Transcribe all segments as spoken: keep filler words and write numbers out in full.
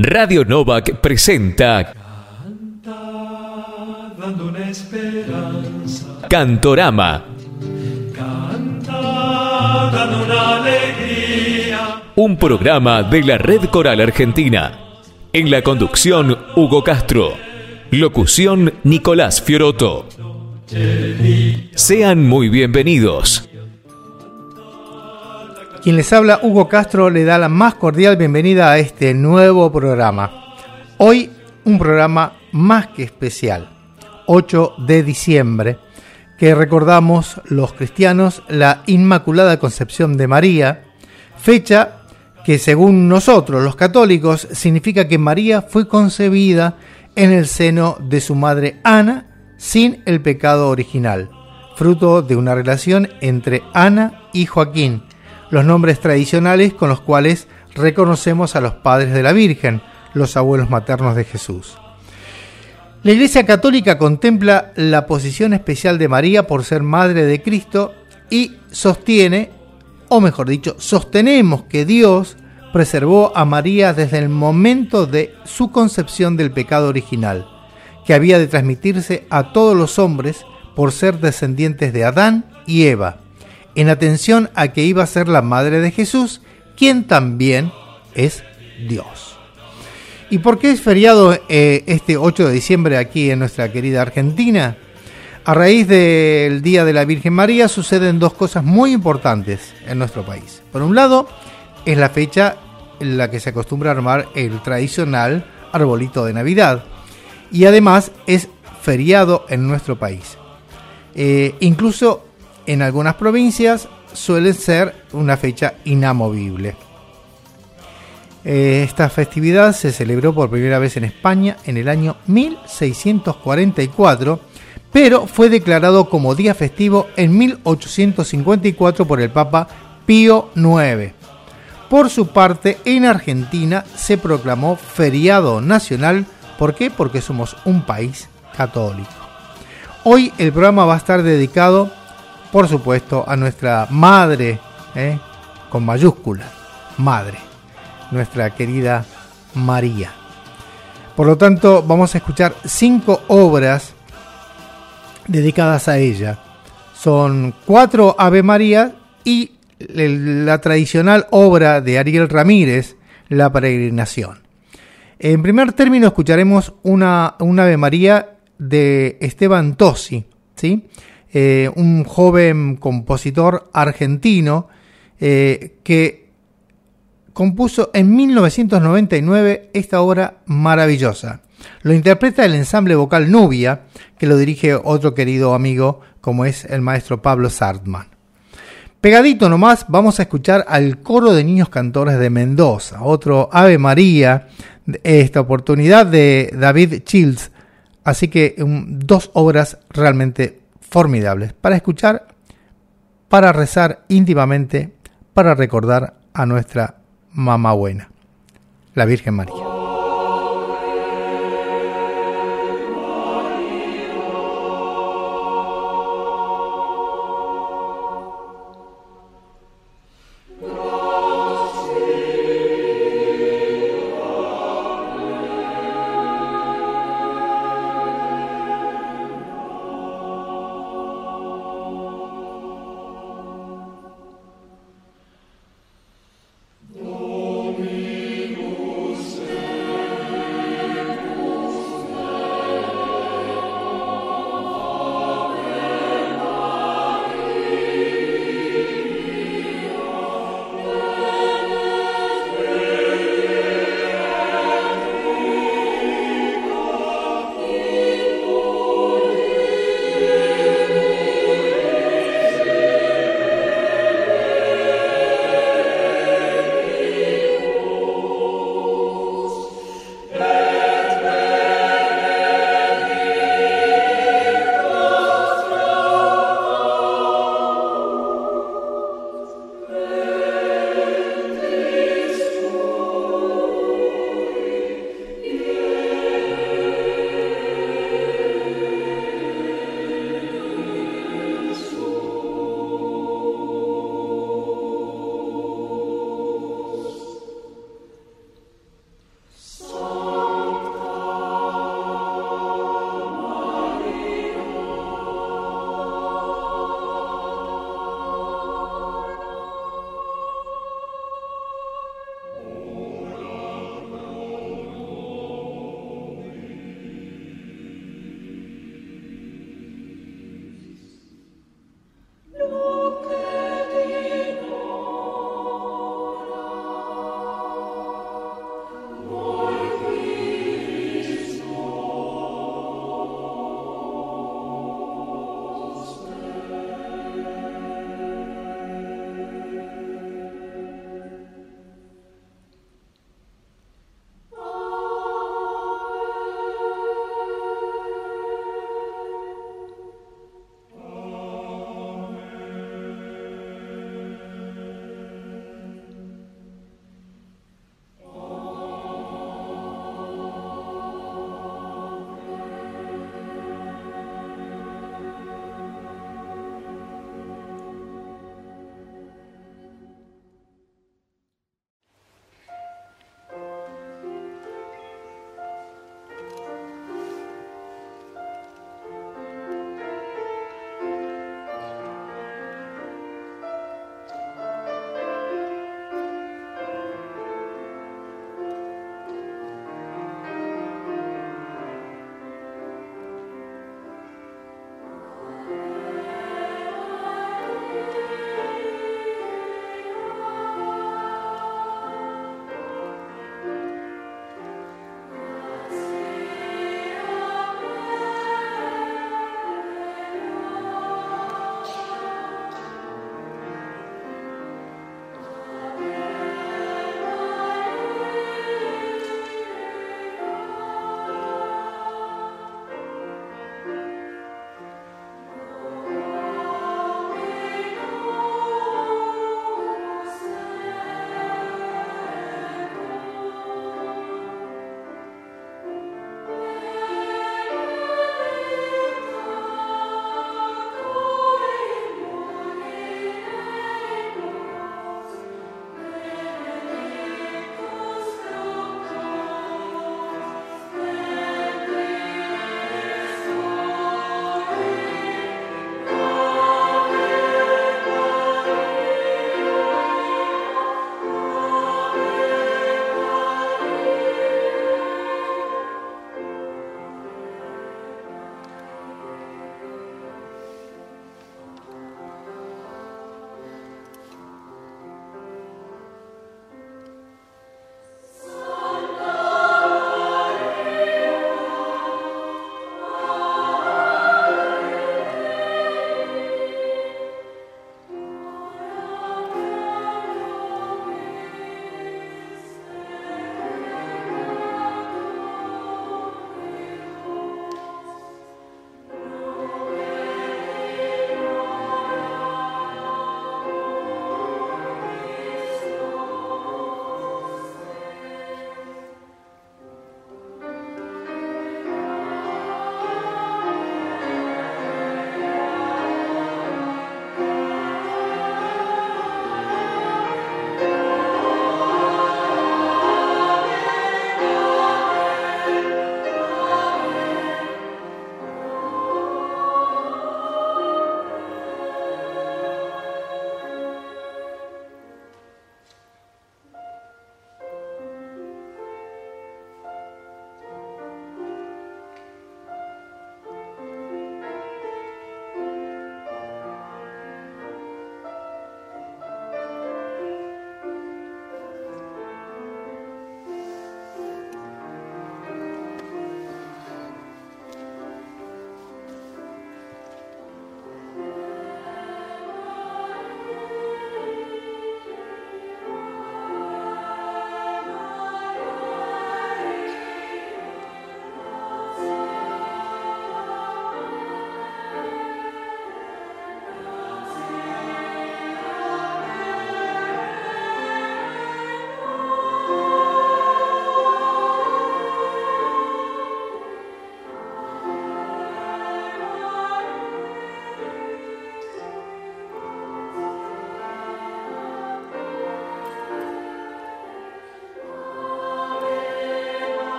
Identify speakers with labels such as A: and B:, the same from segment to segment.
A: Radio Novak presenta
B: Canta, dando una esperanza.
A: Cantorama.
B: Canta, dando una alegría.
A: Un programa de la Red Coral Argentina. En la conducción, Hugo Castro. Locución, Nicolás Fiorotto. Sean muy bienvenidos.
C: Quien les habla, Hugo Castro, le da la más cordial bienvenida a este nuevo programa. Hoy un programa más que especial, ocho de diciembre, que recordamos los cristianos la Inmaculada Concepción de María, fecha que según nosotros los católicos significa que María fue concebida en el seno de su madre Ana sin el pecado original, fruto de una relación entre Ana y Joaquín, los nombres tradicionales con los cuales reconocemos a los padres de la Virgen, los abuelos maternos de Jesús. La Iglesia Católica contempla la posición especial de María por ser madre de Cristo y sostiene, o mejor dicho, sostenemos que Dios preservó a María desde el momento de su concepción del pecado original, que había de transmitirse a todos los hombres por ser descendientes de Adán y Eva, en atención a que iba a ser la madre de Jesús, quien también es Dios. ¿Y por qué es feriado eh, este ocho de diciembre aquí en nuestra querida Argentina? A raíz del Día de la Virgen María suceden dos cosas muy importantes en nuestro país. Por un lado, es la fecha en la que se acostumbra a armar el tradicional arbolito de Navidad. Y además es feriado en nuestro país. Eh, incluso en algunas provincias suele ser una fecha inamovible. Eh, esta festividad se celebró por primera vez en España en el año mil seiscientos cuarenta y cuatro, pero fue declarado como día festivo en mil ochocientos cincuenta y cuatro por el Papa Pío noveno. Por su parte, en Argentina se proclamó feriado nacional. ¿Por qué? Porque somos un país católico. Hoy el programa va a estar dedicado, por supuesto, a nuestra madre, ¿eh? con mayúscula, madre, nuestra querida María. Por lo tanto, vamos a escuchar cinco obras dedicadas a ella. Son cuatro Ave María y la tradicional obra de Ariel Ramírez, La Peregrinación. En primer término escucharemos una, una Ave María de Esteban Tosi, ¿sí? Eh, un joven compositor argentino eh, que compuso en mil novecientos noventa y nueve esta obra maravillosa. Lo interpreta el ensamble vocal Nubia, que lo dirige otro querido amigo como es el maestro Pablo Sartman. Pegadito nomás vamos a escuchar al coro de niños cantores de Mendoza, otro Ave María, esta oportunidad de David Childs. Así que um, dos obras realmente formidables para escuchar, para rezar íntimamente, para recordar a nuestra mamá buena, la Virgen María.
B: Dominus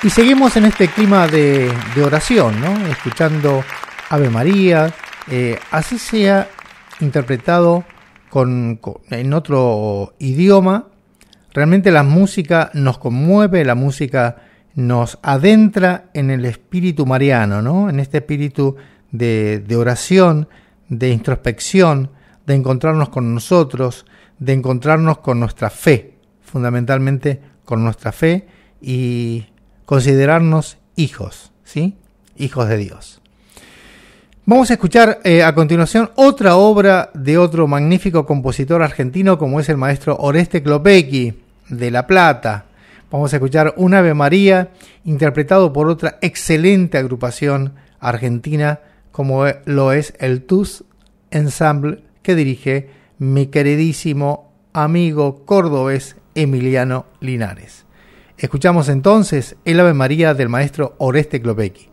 C: Y seguimos en este clima de, de oración, ¿no? Escuchando Ave María, eh, así sea interpretado con, con, en otro idioma. Realmente la música nos conmueve, la música nos adentra en el espíritu mariano, ¿no? En este espíritu de, de oración, de introspección, de encontrarnos con nosotros, de encontrarnos con nuestra fe, fundamentalmente con nuestra fe, y considerarnos hijos, ¿sí? Hijos de Dios. Vamos a escuchar eh, a continuación otra obra de otro magnífico compositor argentino como es el maestro Oreste Klopecki de La Plata. Vamos a escuchar un Ave María interpretado por otra excelente agrupación argentina como lo es el T U S Ensemble que dirige mi queridísimo amigo cordobés Emiliano Linares. Escuchamos entonces el Ave María del maestro Oreste Klopecki.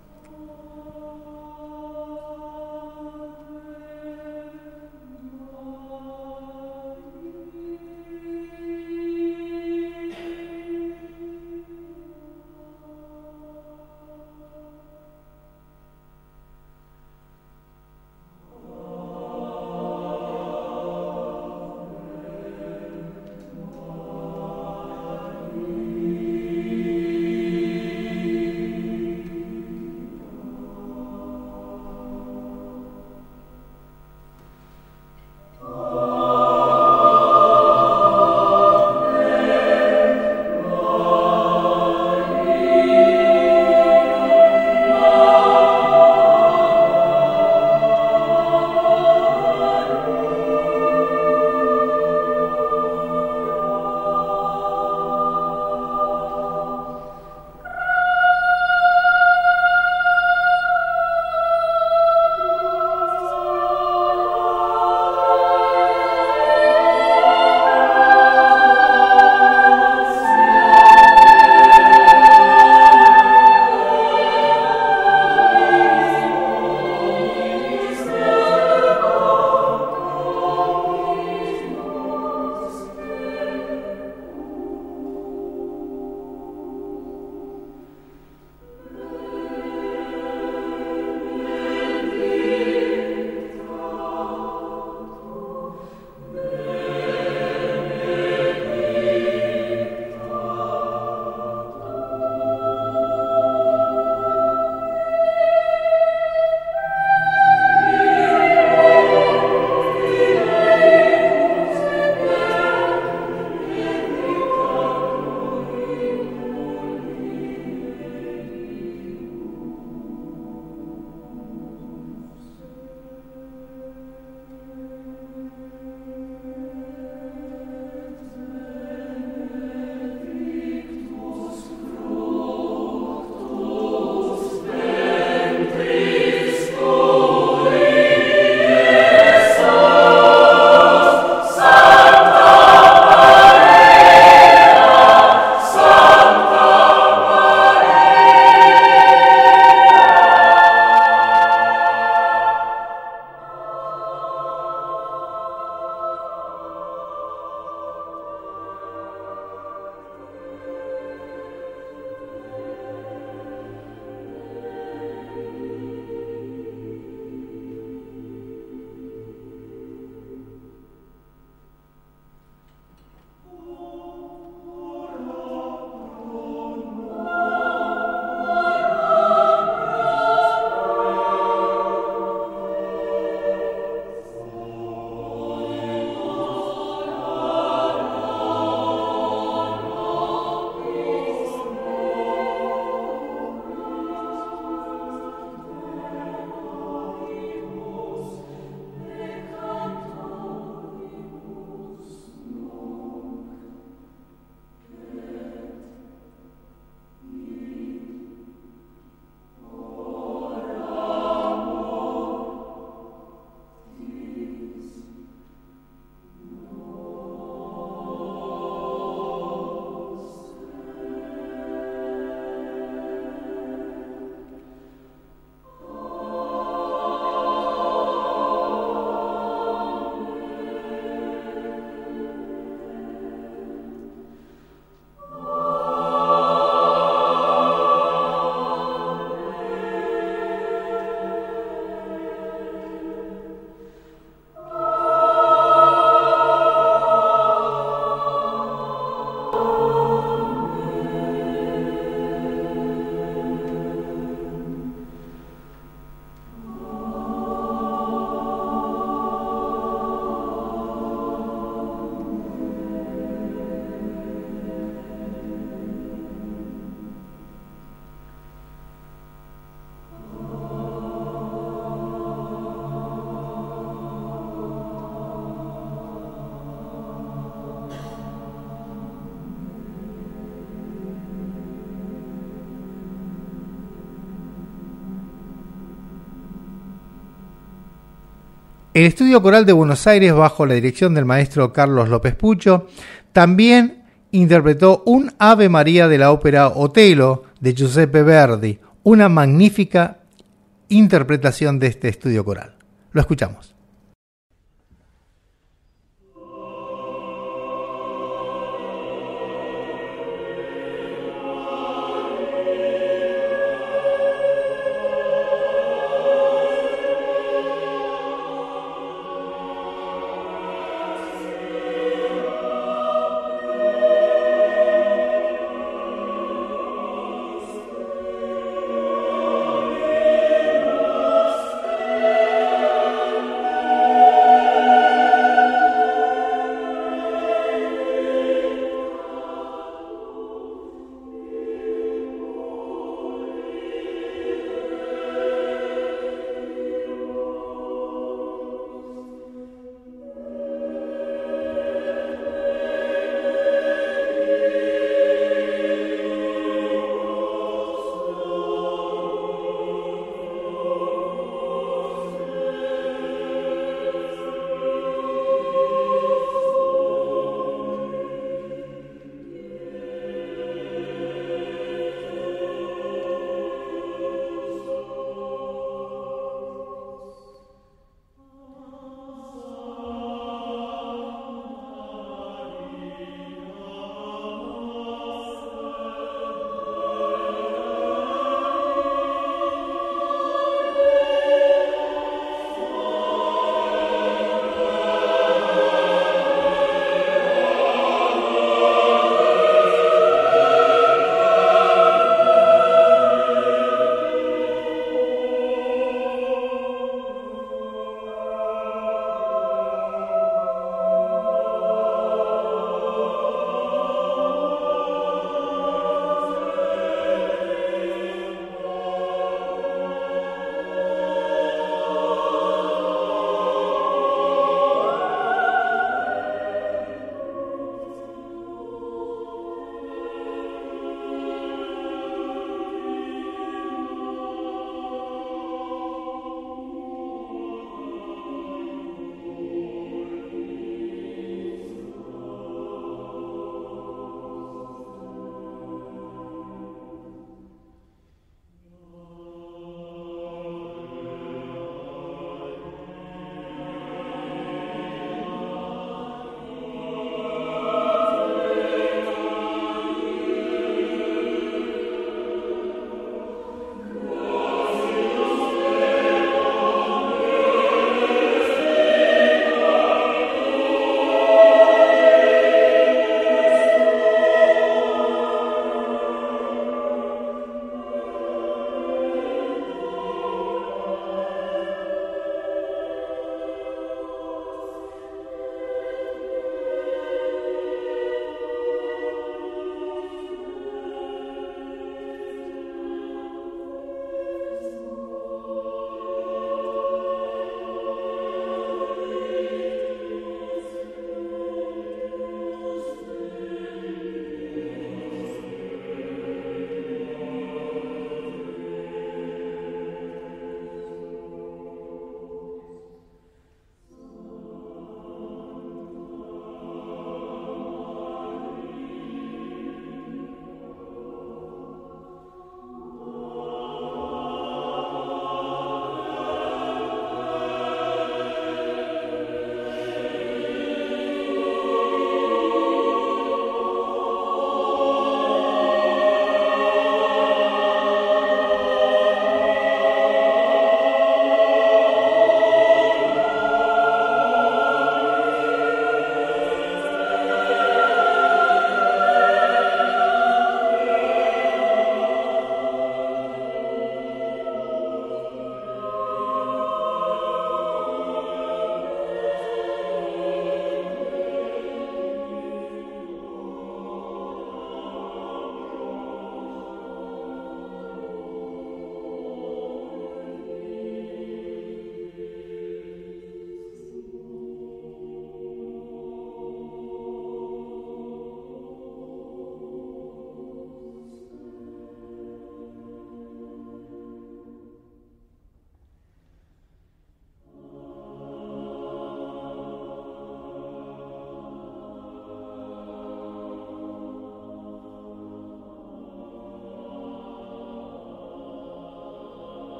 C: El Estudio Coral de Buenos Aires, bajo la dirección del maestro Carlos López Pucho, también interpretó un Ave María de la ópera Otello de Giuseppe Verdi, una magnífica interpretación de este estudio coral. Lo escuchamos.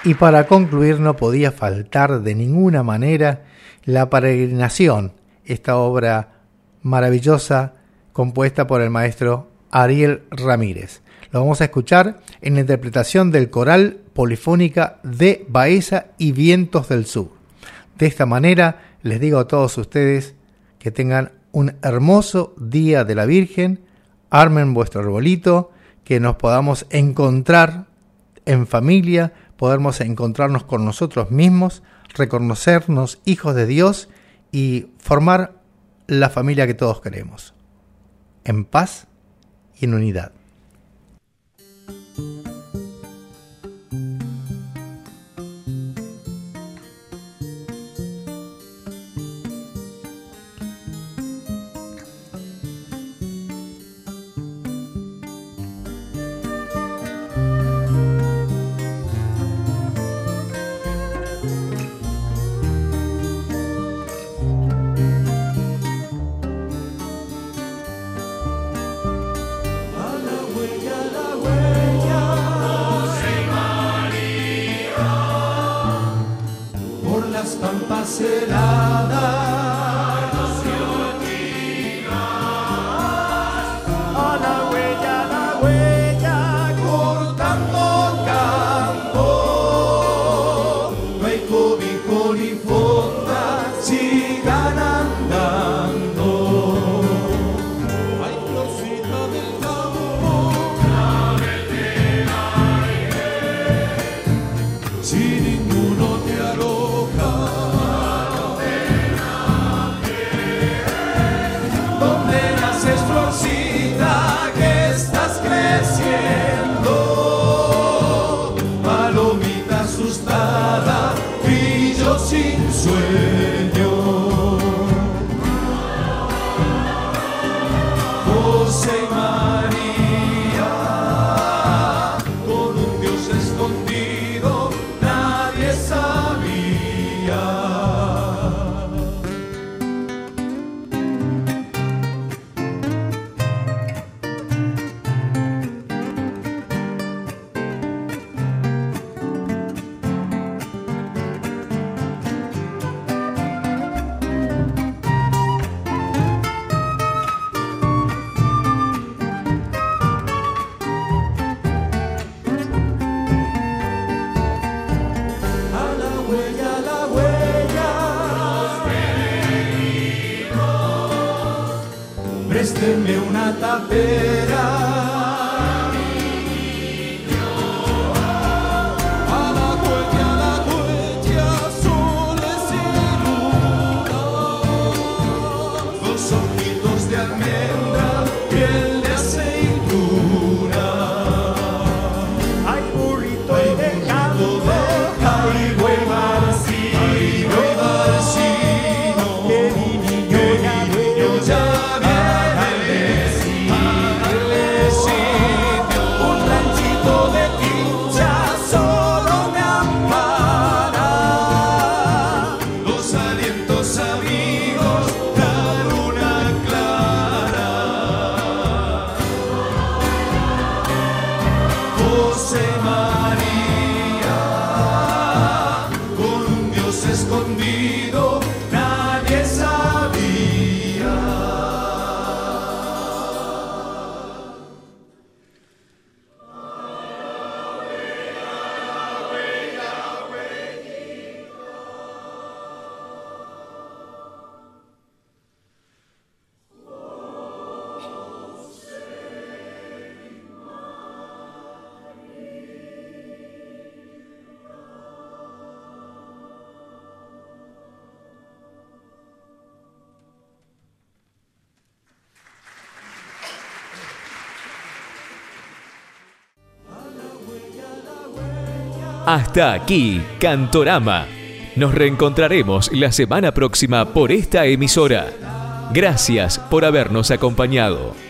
C: Y para concluir no podía faltar de ninguna manera La Peregrinación, esta obra maravillosa compuesta por el maestro Ariel Ramírez. Lo vamos a escuchar en la interpretación del coral Polifónica de Baeza y Vientos del Sur. De esta manera les digo a todos ustedes que tengan un hermoso día de la Virgen, armen vuestro arbolito, que nos podamos encontrar en familia, podamos encontrarnos con nosotros mismos, reconocernos hijos de Dios y formar la familia que todos queremos, en paz y en unidad.
B: Présteme una tapera.
A: Hasta aquí, Cantorama. Nos reencontraremos la semana próxima por esta emisora. Gracias por habernos acompañado.